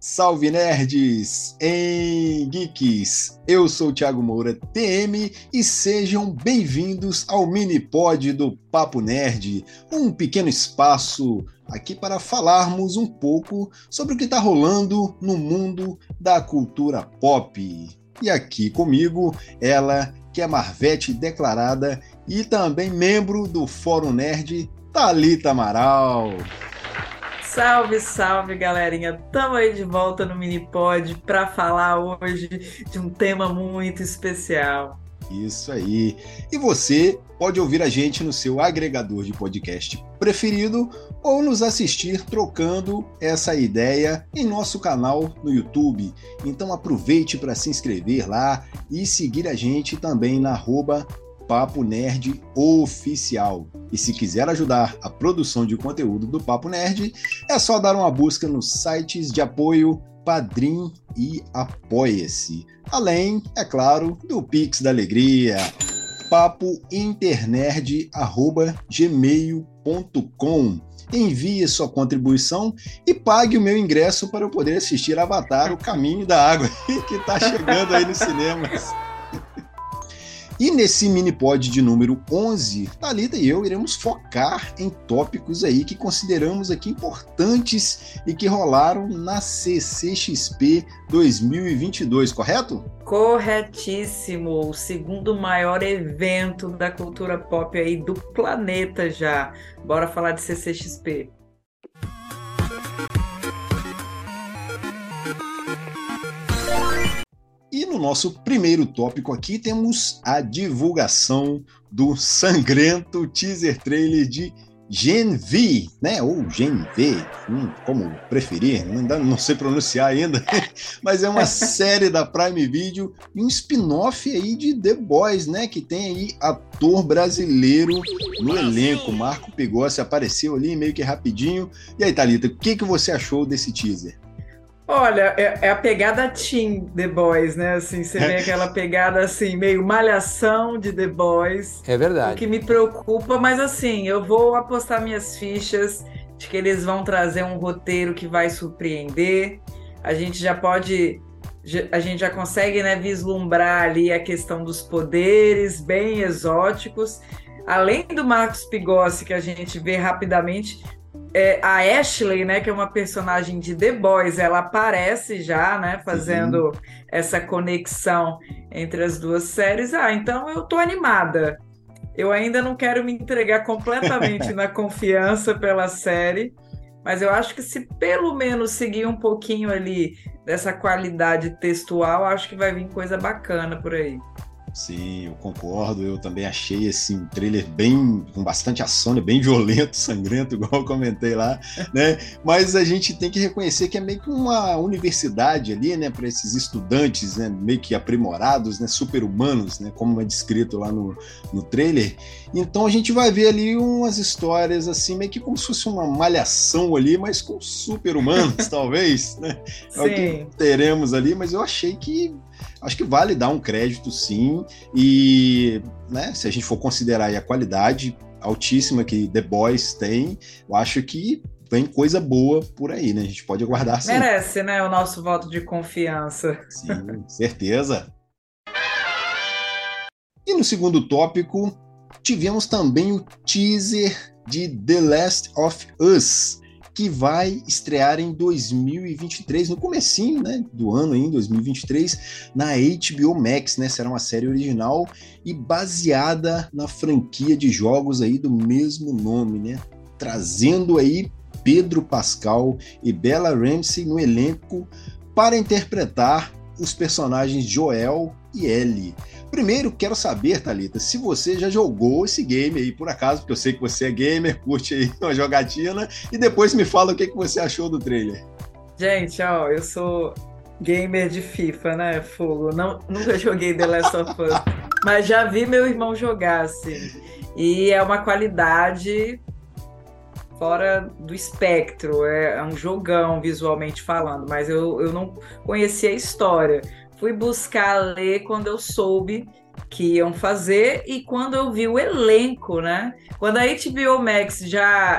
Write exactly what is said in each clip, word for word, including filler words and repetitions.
Salve nerds em geeks! Eu sou o Thiago Moura, T M, e sejam bem-vindos ao mini-pod do Papo Nerd, um pequeno espaço aqui para falarmos um pouco sobre o que está rolando no mundo da cultura pop. E aqui comigo, ela que é Marvete declarada e também membro do Fórum Nerd, Thalita Amaral. Salve, salve, galerinha! Estamos aí de volta no Minipod para falar hoje de um tema muito especial. Isso aí! E você pode ouvir a gente no seu agregador de podcast preferido ou nos assistir trocando essa ideia em nosso canal no YouTube. Então aproveite para se inscrever lá e seguir a gente também na arroba Papo Nerd Oficial. E se quiser ajudar a produção de conteúdo do Papo Nerd, é só dar uma busca nos sites de apoio Padrim e Apoia-se. Além, é claro, do Pix da Alegria, papointernerd arroba gmail ponto com. Envie sua contribuição e pague o meu ingresso para eu poder assistir Avatar, o Caminho da Água, que está chegando aí nos cinemas. E nesse mini-pod de número onze, Thalita e eu iremos focar em tópicos aí que consideramos aqui importantes e que rolaram na C C X P dois mil e vinte e dois, correto? Corretíssimo! O segundo maior evento da cultura pop aí do planeta já. Bora falar de C C X P. E no nosso primeiro tópico aqui temos a divulgação do sangrento teaser trailer de Gen V, né? Ou Gen V, hum, como preferir, ainda não sei pronunciar ainda, mas é uma série da Prime Video e um spin-off aí de The Boys, né? Que tem aí ator brasileiro no elenco. Marco Pigossi apareceu ali meio que rapidinho. E aí, Thalita, o que, que você achou desse teaser? Olha, é, é a pegada teen The Boys, né? Assim, você vê aquela pegada assim, meio malhação de The Boys. É verdade. O que me preocupa, mas assim, eu vou apostar minhas fichas de que eles vão trazer um roteiro que vai surpreender. A gente já pode, a gente já consegue, né, vislumbrar ali a questão dos poderes bem exóticos. Além do Marcos Pigossi, que a gente vê rapidamente. É, a Ashley, né, que é uma personagem de The Boys, ela aparece já, né, fazendo uhum. essa conexão entre as duas séries. Ah, então eu tô animada. Eu ainda não quero me entregar completamente na confiança pela série, mas eu acho que se pelo menos seguir um pouquinho ali dessa qualidade textual, acho que vai vir coisa bacana por aí. Sim, eu concordo, eu também achei assim, um trailer bem, com bastante ação, né? Bem violento, sangrento, igual eu comentei lá, né? Mas a gente tem que reconhecer que é meio que uma universidade ali, né, para esses estudantes, né, meio que aprimorados, né, super-humanos, né, como é descrito lá no, no trailer. Então a gente vai ver ali umas histórias assim, meio que como se fosse uma malhação ali, mas com super-humanos, talvez, né? É o que teremos ali, mas eu achei que acho que vale dar um crédito, sim, e né, se a gente for considerar aí a qualidade altíssima que The Boys tem, eu acho que vem coisa boa por aí, né? A gente pode aguardar, sim. Merece, né, o nosso voto de confiança. Sim, certeza. E no segundo tópico, tivemos também o teaser de The Last of Us, que vai estrear em dois mil e vinte e três, no comecinho, né, do ano, em dois mil e vinte e três, na H B O Max, né, será uma série original e baseada na franquia de jogos aí do mesmo nome, né, trazendo aí Pedro Pascal e Bella Ramsey no elenco para interpretar os personagens Joel e Ellie. Primeiro, quero saber, Thalita, se você já jogou esse game aí, por acaso, porque eu sei que você é gamer, curte aí uma jogatina, e depois me fala o que, que você achou do trailer. Gente, ó, eu sou gamer de FIFA, né, fogo, não, nunca joguei The Last of Us, mas já vi meu irmão jogar, assim, e é uma qualidade fora do espectro, é um jogão visualmente falando, mas eu, eu não conhecia a história. Fui buscar ler quando eu soube que iam fazer e quando eu vi o elenco, né? Quando a H B O Max já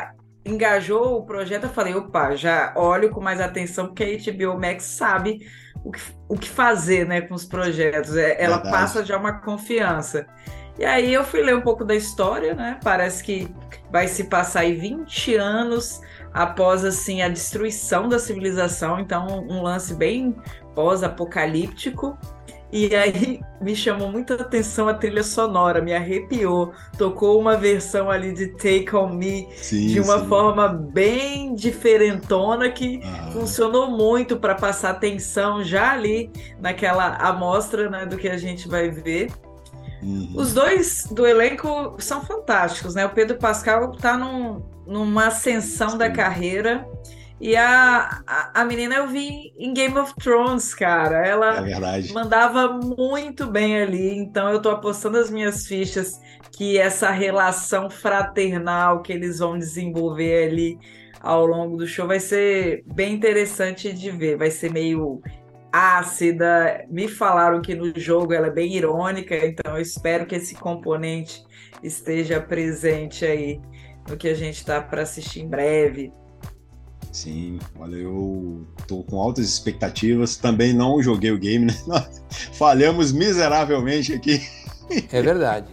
engajou o projeto, eu falei, opa, já olho com mais atenção, porque a H B O Max sabe o que, o que fazer, né, com os projetos. É, ela Verdade. passa já uma confiança. E aí eu fui ler um pouco da história, né? Parece que vai se passar aí vinte anos após, assim, a destruição da civilização. Então, um lance bem pós-apocalíptico. E aí me chamou muita atenção a trilha sonora, me arrepiou. Tocou uma versão ali de Take On Me Sim, de uma sim. forma bem diferentona que Ah, funcionou muito para passar atenção já ali naquela amostra, né, do que a gente vai ver. uhum. Os dois do elenco são fantásticos, né? O Pedro Pascal está num, numa ascensão Sim. da carreira. E a, a, a menina eu vi em Game of Thrones, cara. Ela É verdade. mandava muito bem ali. Então eu tô apostando as minhas fichas que essa relação fraternal que eles vão desenvolver ali ao longo do show vai ser bem interessante de ver. Vai ser meio ácida. Me falaram que no jogo ela é bem irônica, então eu espero que esse componente esteja presente aí no que a gente está para assistir em breve. Sim, olha, eu tô com altas expectativas. Também não joguei o game, né? Nós falhamos miseravelmente aqui. É verdade.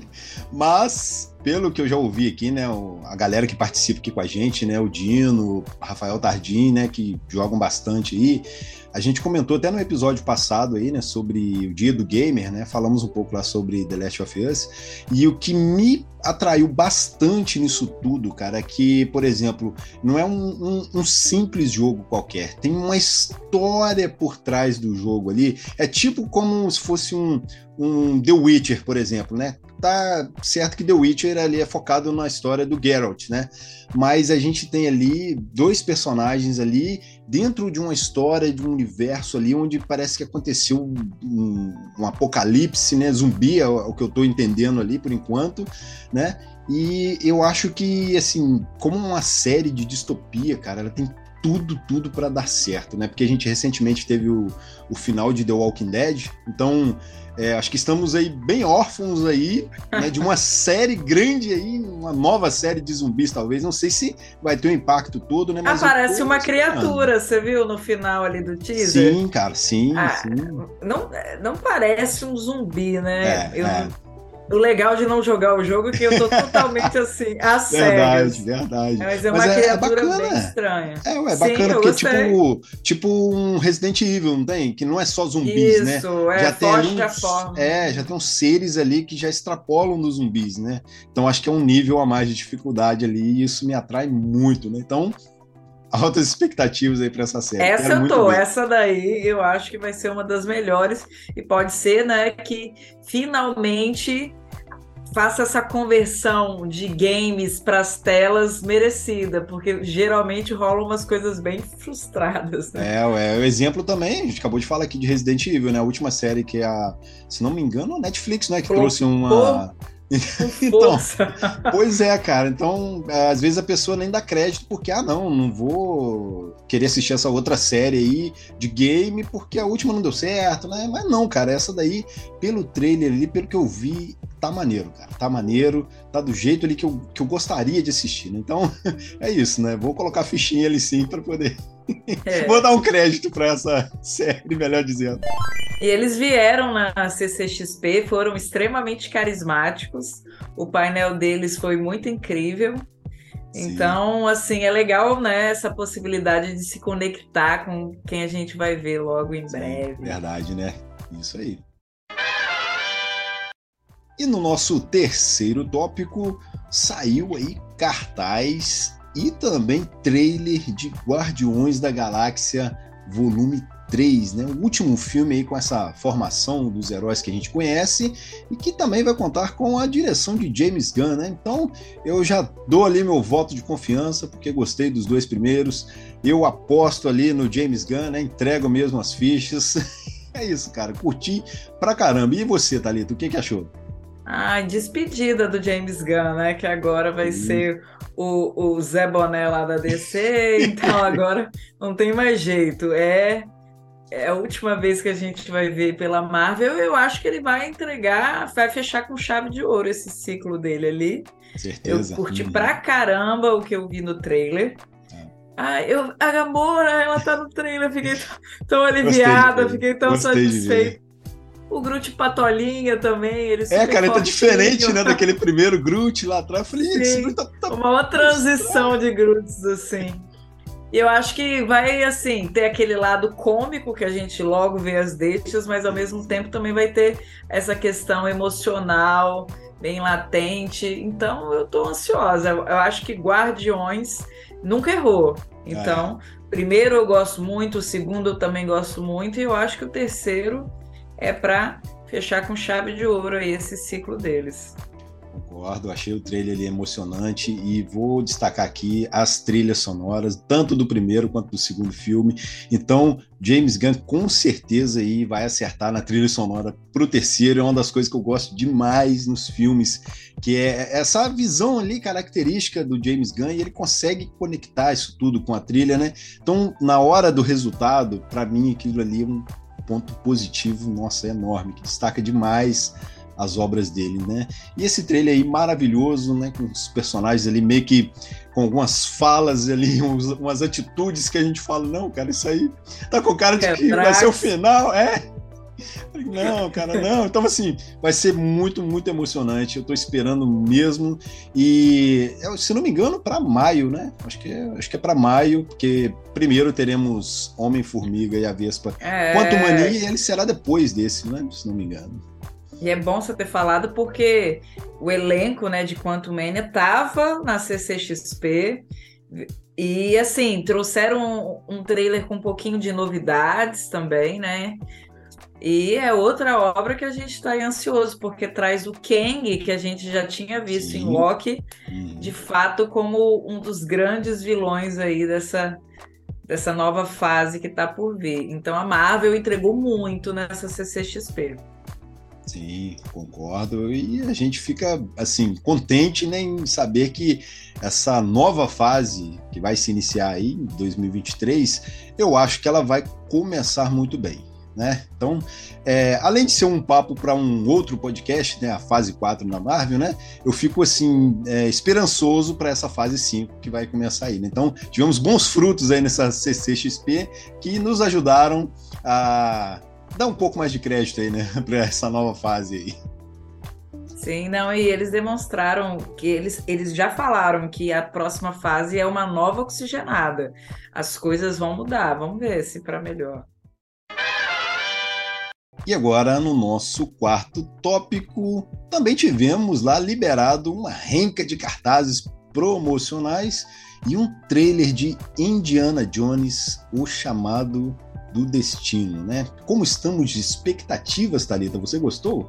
Mas, pelo que eu já ouvi aqui, né, a galera que participa aqui com a gente, né, o Dino, o Rafael Tardim, né, que jogam bastante aí, a gente comentou até no episódio passado aí, né, sobre o Dia do Gamer, né, falamos um pouco lá sobre The Last of Us, e o que me atraiu bastante nisso tudo, cara, é que, por exemplo, não é um, um, um simples jogo qualquer, tem uma história por trás do jogo ali, é tipo como se fosse um, um The Witcher, por exemplo, né? Tá certo que The Witcher ali é focado na história do Geralt, né? Mas a gente tem ali dois personagens ali dentro de uma história, de um universo ali onde parece que aconteceu um, um apocalipse, né? Zumbi, é o que eu tô entendendo ali por enquanto, né? E eu acho que, assim, como uma série de distopia, cara, ela tem tudo, tudo para dar certo, né? Porque a gente recentemente teve o, o final de The Walking Dead, então é, acho que estamos aí bem órfãos aí, né, de uma série grande aí, uma nova série de zumbis, talvez. Não sei se vai ter um impacto todo, né? Mas aparece uma esperando. criatura, você viu no final ali do teaser? Sim, cara, sim, ah, sim. Não, não parece um zumbi, né? É, eu, é. O legal de não jogar o jogo é que eu tô totalmente assim, a Verdade, cegas. verdade. Mas é uma Mas é, é criatura bacana. bem estranha. É, ué, é Sim, bacana, eu porque gostei. tipo, tipo um Resident Evil, não tem? Que não é só zumbis, né? Isso, é, Já tem ali foge a uns, forma. é, já tem uns seres ali que já extrapolam dos zumbis, né? Então acho que é um nível a mais de dificuldade ali e isso me atrai muito, né? Então, altas expectativas aí para essa série. Essa Quero eu muito tô, ver. essa daí eu acho que vai ser uma das melhores e pode ser, né, que finalmente faça essa conversão de games para as telas merecida, porque geralmente rolam umas coisas bem frustradas, né? É, ué, o exemplo também, a gente acabou de falar aqui de Resident Evil, né? A última série que é a, se não me engano, a Netflix, né? Que Flopou. trouxe uma... Com Então, força. pois é, cara. Então, às vezes a pessoa nem dá crédito porque, ah, não, não vou querer assistir essa outra série aí de game porque a última não deu certo, né? Mas não, cara, essa daí, pelo trailer ali, pelo que eu vi, tá maneiro, cara. Tá maneiro, tá do jeito ali que eu, que eu gostaria de assistir, né? Então, é isso, né? Vou colocar a fichinha ali sim pra poder... É. Vou dar um crédito pra essa série, melhor dizendo. E eles vieram na C C X P, foram extremamente carismáticos, o painel deles foi muito incrível. Sim. Então, assim, é legal, né, essa possibilidade de se conectar com quem a gente vai ver logo em Sim, breve. verdade, né? Isso aí. E no nosso terceiro tópico, saiu aí cartaz e também trailer de Guardiões da Galáxia Volume três, né? O último filme aí com essa formação dos heróis que a gente conhece e que também vai contar com a direção de James Gunn, né? Então eu já dou ali meu voto de confiança porque gostei dos dois primeiros, eu aposto ali no James Gunn, né? Entrego mesmo as fichas. É isso, cara, curti pra caramba. E você, Thalita, o que que achou? Ah, despedida do James Gunn, né? Que agora vai Sim. ser o, o Zé Boné lá da D C, então agora não tem mais jeito. É, é a última vez que a gente vai ver pela Marvel. Eu acho que ele vai entregar, vai fechar com chave de ouro esse ciclo dele ali. Certeza. Eu curti Uhum. pra caramba o que eu vi no trailer. É. Ah, eu, a Gamora, ela tá no trailer, fiquei tão, tão aliviada, fiquei tão Gostei de ver. satisfeita. O Groot Patolinha também, ele É, super cara, ele tá fortinho. diferente, né, daquele primeiro Groot lá atrás. Eu falei, esse Groot tá, tá... Uma outra transição de Groots, assim. E eu acho que vai, assim, ter aquele lado cômico que a gente logo vê as deixas, mas ao mesmo tempo também vai ter essa questão emocional, bem latente. Então eu tô ansiosa. Eu acho que Guardiões nunca errou. Então, é. primeiro eu gosto muito, o segundo eu também gosto muito, e eu acho que o terceiro é para fechar com chave de ouro aí esse ciclo deles. Concordo, achei o trailer ali emocionante e vou destacar aqui as trilhas sonoras, tanto do primeiro quanto do segundo filme. Então, James Gunn com certeza aí vai acertar na trilha sonora pro terceiro, é uma das coisas que eu gosto demais nos filmes, que é essa visão ali característica do James Gunn, e ele consegue conectar isso tudo com a trilha, né? Então, na hora do resultado, para mim aquilo ali é um ponto positivo, nossa, é enorme, que destaca demais as obras dele, né? E esse trailer aí maravilhoso, né? Com os personagens ali meio que com algumas falas ali, uns, umas atitudes que a gente fala, não, cara, isso aí tá com cara de que vai ser o final, é? Não, cara, não. Então, assim, vai ser muito, muito emocionante. Eu tô esperando mesmo. E, se não me engano, para maio, né? Acho que, acho que é para maio, porque primeiro teremos Homem-Formiga e a Vespa. É... Quantumania, e ele será depois desse, né? Se não me engano. E é bom você ter falado porque o elenco, né, de Quantumania estava na C C X P e, assim, trouxeram um, um trailer com um pouquinho de novidades também, né? E é outra obra que a gente está ansioso, porque traz o Kang, que a gente já tinha visto Sim. em Loki, uhum. de fato como um dos grandes vilões aí dessa, dessa nova fase que está por vir. Então a Marvel entregou muito nessa C C X P. Sim, concordo, e a gente fica, assim, contente, né, em saber que essa nova fase que vai se iniciar aí em dois mil e vinte e três, eu acho que ela vai começar muito bem, né? Então, é, além de ser um papo para um outro podcast, né, a fase quatro da Marvel, né, eu fico, assim, é, esperançoso para essa fase cinco que vai começar aí, né? Então, tivemos bons frutos aí nessa C C X P que nos ajudaram a dá um pouco mais de crédito aí, né, para essa nova fase aí. Sim, não, e eles demonstraram que eles, eles já falaram que a próxima fase é uma nova oxigenada. As coisas vão mudar, vamos ver se para melhor. E agora, no nosso quarto tópico, também tivemos lá liberado uma renca de cartazes promocionais e um trailer de Indiana Jones, o chamado do destino, né? Como estamos de expectativas, Thalita? Você gostou?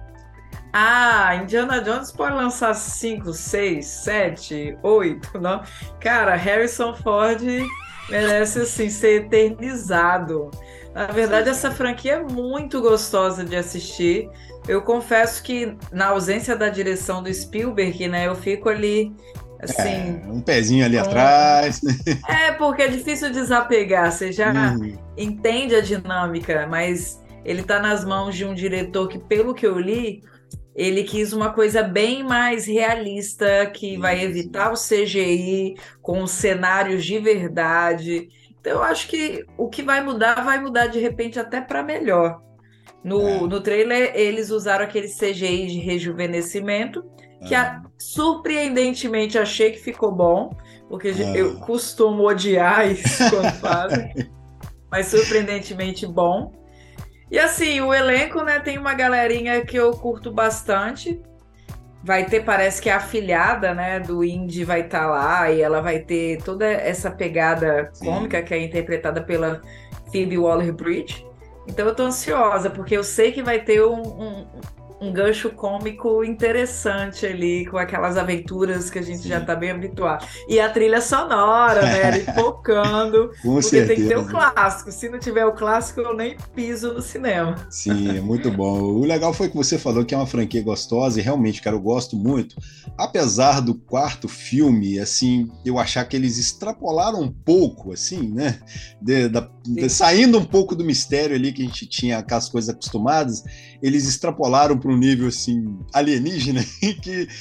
Ah, Indiana Jones pode lançar cinco, seis, sete, oito, não? Cara, Harrison Ford merece, assim, ser eternizado. Na verdade, essa franquia é muito gostosa de assistir. Eu confesso que, na ausência da direção do Spielberg, né, eu fico ali... Assim, é, um pezinho ali com... atrás. É, porque é difícil desapegar, você já uhum. entende a dinâmica, mas ele tá nas mãos de um diretor que, pelo que eu li, ele quis uma coisa bem mais realista, que vai evitar o C G I, com cenários de verdade. Então eu acho que o que vai mudar, vai mudar de repente até para melhor. No, é. no trailer, eles usaram aquele C G I de rejuvenescimento, que a, surpreendentemente achei que ficou bom, porque ah. eu costumo odiar isso quando fazem, mas surpreendentemente bom. E assim, o elenco, né, tem uma galerinha que eu curto bastante. Vai ter, parece que a afilhada, né, do Indy vai estar tá lá, e ela vai ter toda essa pegada Sim. cômica que é interpretada pela Phoebe Waller-Bridge. Então eu tô ansiosa, porque eu sei que vai ter um... um um gancho cômico interessante ali, com aquelas aventuras que a gente Sim. já tá bem habituado. E a trilha sonora, né? Ali focando. Com porque certeza. Tem que ter o clássico. Se não tiver o clássico, eu nem piso no cinema. Sim, é muito bom. O legal foi que você falou que é uma franquia gostosa, e realmente, cara, eu gosto muito. Apesar do quarto filme, assim, eu achar que eles extrapolaram um pouco, assim, né? De, da, de, saindo um pouco do mistério ali que a gente tinha com as coisas acostumadas, eles extrapolaram para um nível assim alienígena que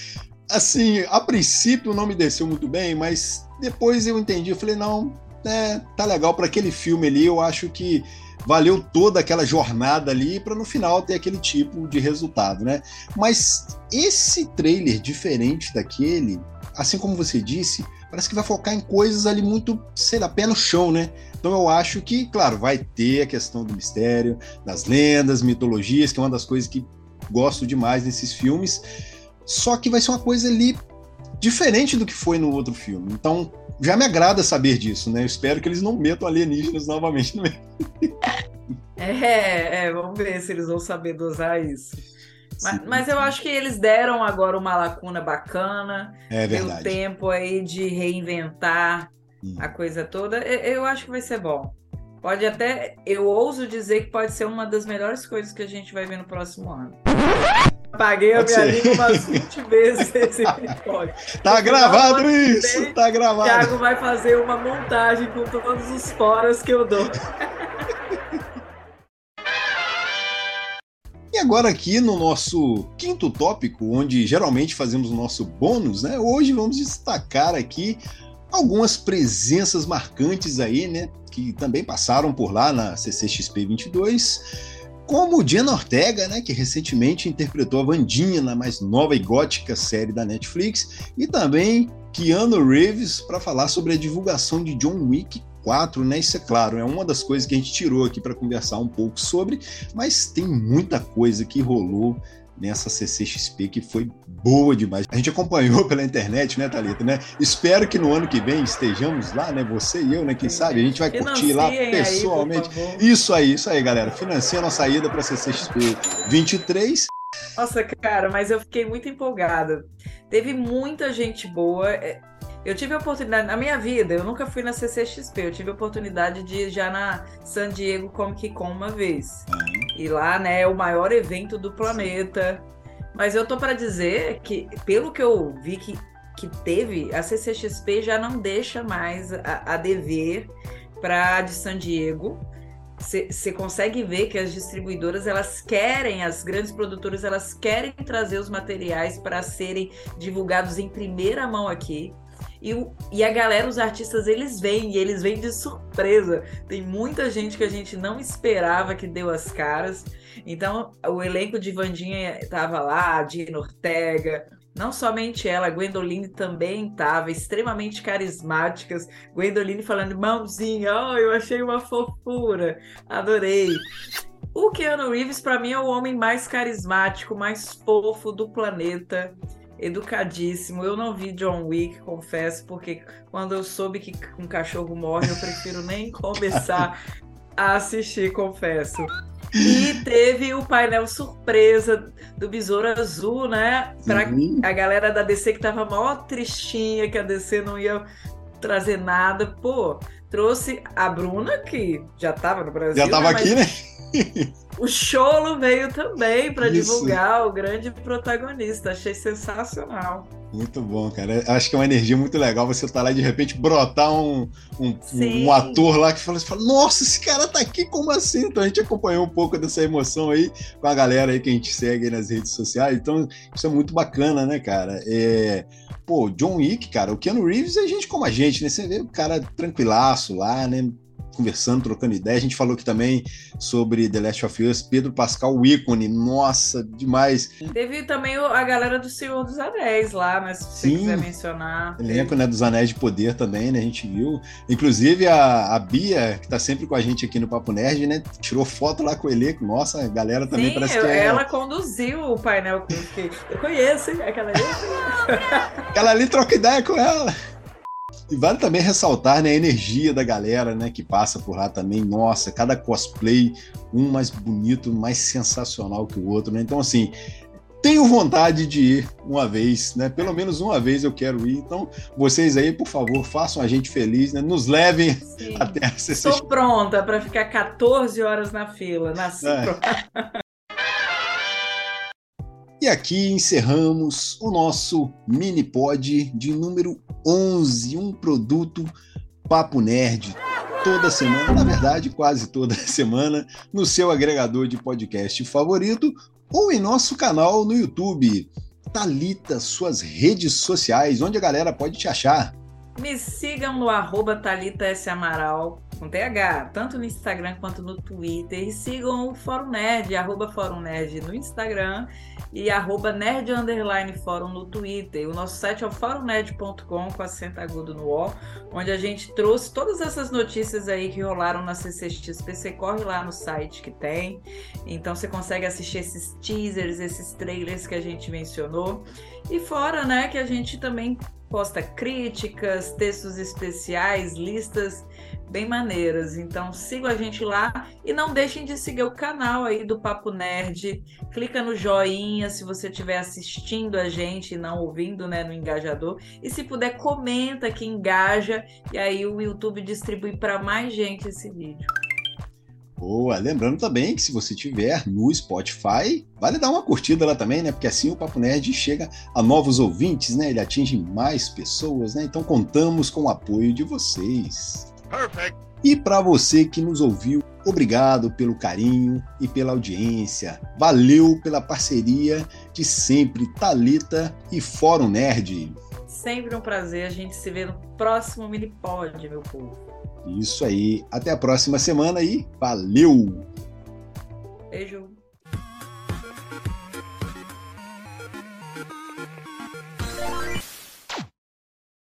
assim, a princípio não me desceu muito bem, mas depois eu entendi, eu falei, não, é, tá legal para aquele filme ali, eu acho que valeu toda aquela jornada ali para no final ter aquele tipo de resultado, né? Mas esse trailer diferente daquele, assim como você disse, parece que vai focar em coisas ali muito, sei lá, pé no chão, né? Então eu acho que, claro, vai ter a questão do mistério, das lendas, mitologias, que é uma das coisas que gosto demais nesses filmes, só que vai ser uma coisa ali diferente do que foi no outro filme. Então já me agrada saber disso, né? Eu espero que eles não metam alienígenas novamente no meio. É, é, vamos ver se eles vão saber dosar isso. Mas, mas eu acho que eles deram agora uma lacuna bacana, é deu verdade. tempo aí de reinventar hum. a coisa toda. Eu, eu acho que vai ser bom. Pode até, eu ouso dizer que pode ser uma das melhores coisas que a gente vai ver no próximo ano. Paguei a minha língua umas vinte vezes esse episódio. Tá gravado isso, bem, tá gravado. O Thiago vai fazer uma montagem com todos os foras que eu dou. E agora aqui no nosso quinto tópico, onde geralmente fazemos o nosso bônus, né? Hoje vamos destacar aqui algumas presenças marcantes aí, né? Que também passaram por lá na C C X P vinte e dois, como Jenna Ortega, né? Que recentemente interpretou a Wandinha na mais nova e gótica série da Netflix, e também Keanu Reeves para falar sobre a divulgação de John Wick quatro, né? Isso é claro, é uma das coisas que a gente tirou aqui para conversar um pouco sobre, mas tem muita coisa que rolou nessa C C X P que foi boa demais. A gente acompanhou pela internet, né, Thalita, né? Espero que no ano que vem estejamos lá, né? Você e eu, né? Quem sabe a gente vai curtir lá pessoalmente. Aí, isso aí, isso aí, galera. Financia a nossa ida para a C C X P vinte e três. Nossa, cara, mas eu fiquei muito empolgada. Teve muita gente boa. Eu tive a oportunidade, na minha vida, eu nunca fui na C C X P, eu tive a oportunidade de ir já na San Diego Comic Con uma vez. E lá, né, é o maior evento do planeta. Mas eu tô para dizer que, pelo que eu vi que, que teve, a C C X P já não deixa mais a, a dever para a de San Diego. Você consegue ver que as distribuidoras, elas querem, as grandes produtoras, elas querem trazer os materiais para serem divulgados em primeira mão aqui. E, e a galera, os artistas, eles vêm, e eles vêm de surpresa. Tem muita gente que a gente não esperava que deu as caras. Então, o elenco de Wandinha estava lá, a Jenna Ortega, não somente ela, a Gwendoline também estava, extremamente carismáticas. Gwendoline falando, mãozinha, oh, eu achei uma fofura, adorei. O Keanu Reeves, para mim, é o homem mais carismático, mais fofo do planeta. Educadíssimo. Eu não vi John Wick, confesso, porque quando eu soube que um cachorro morre, eu prefiro nem começar a assistir, confesso. E teve o painel surpresa do Besouro Azul, né? Pra uhum. a galera da D C que tava mó tristinha, que a D C não ia trazer nada. Pô, trouxe a Bruna, que já tava no Brasil. Já tava né? aqui, né? O Cholo veio também para divulgar o grande protagonista. Achei sensacional. Muito bom, cara. Acho que é uma energia muito legal você estar lá e de repente brotar um, um, um ator lá que fala, fala, nossa, esse cara tá aqui, como assim? Então a gente acompanhou um pouco dessa emoção aí com a galera aí que a gente segue aí nas redes sociais. Então isso é muito bacana, né, cara? É... Pô, John Wick, cara, o Keanu Reeves é gente como a gente, né? Você vê o cara tranquilaço lá, né? Conversando, trocando ideia. A gente falou aqui também sobre The Last of Us, Pedro Pascal, o ícone, nossa, demais. Teve também a galera do Senhor dos Anéis lá, né, se você Sim, quiser mencionar. Elenco, né, dos Anéis de Poder também, né, a gente viu. Inclusive a, a Bia, que tá sempre com a gente aqui no Papo Nerd, né, tirou foto lá com o elenco, nossa, a galera também Sim, parece eu, que é... ela conduziu o painel que eu conheço, hein? Aquela ali. Aquela ali troca ideia com ela. E vale também ressaltar, né, a energia da galera, né, que passa por lá também. Nossa, cada cosplay, um mais bonito, mais sensacional que o outro, né? Então, assim, tenho vontade de ir uma vez, né? Pelo menos uma vez eu quero ir. Então, vocês aí, por favor, façam a gente feliz, né? Nos levem Sim. até a C C X P. Estou pronta para ficar quatorze horas na fila. Nasci é. pronta. E aqui encerramos o nosso mini-pod de número onze, um produto Papo Nerd, toda semana, na verdade quase toda semana, no seu agregador de podcast favorito ou em nosso canal no YouTube. Thalita, suas redes sociais, onde a galera pode te achar? Me sigam no arroba Thalita S. Amaral, com T H, tanto no Instagram quanto no Twitter. E sigam o Fórum Nerd, arroba Fórum Nerd no Instagram e arroba Nerd Underline Fórum no Twitter. O nosso site é o fórum nerd ponto com, com acento agudo no O, onde a gente trouxe todas essas notícias aí que rolaram na C C X P. Você corre lá no site que tem. Então você consegue assistir esses teasers, esses trailers que a gente mencionou. E fora, né, que a gente também posta críticas, textos especiais, listas bem maneiras. Então sigam a gente lá e não deixem de seguir o canal aí do Papo Nerd. Clica no joinha se você estiver assistindo a gente e não ouvindo, né, no engajador. E se puder, comenta que engaja e aí o YouTube distribui para mais gente esse vídeo. Boa, lembrando também que se você tiver no Spotify, vale dar uma curtida lá também, né? Porque assim o Papo Nerd chega a novos ouvintes, né? Ele atinge mais pessoas, né? Então contamos com o apoio de vocês. Perfect. E para você que nos ouviu, obrigado pelo carinho e pela audiência. Valeu pela parceria de sempre, Thalita e Fórum Nerd. Sempre um prazer, a gente se vê no próximo Minipod, meu povo. Isso aí. Até a próxima semana e valeu! Beijo!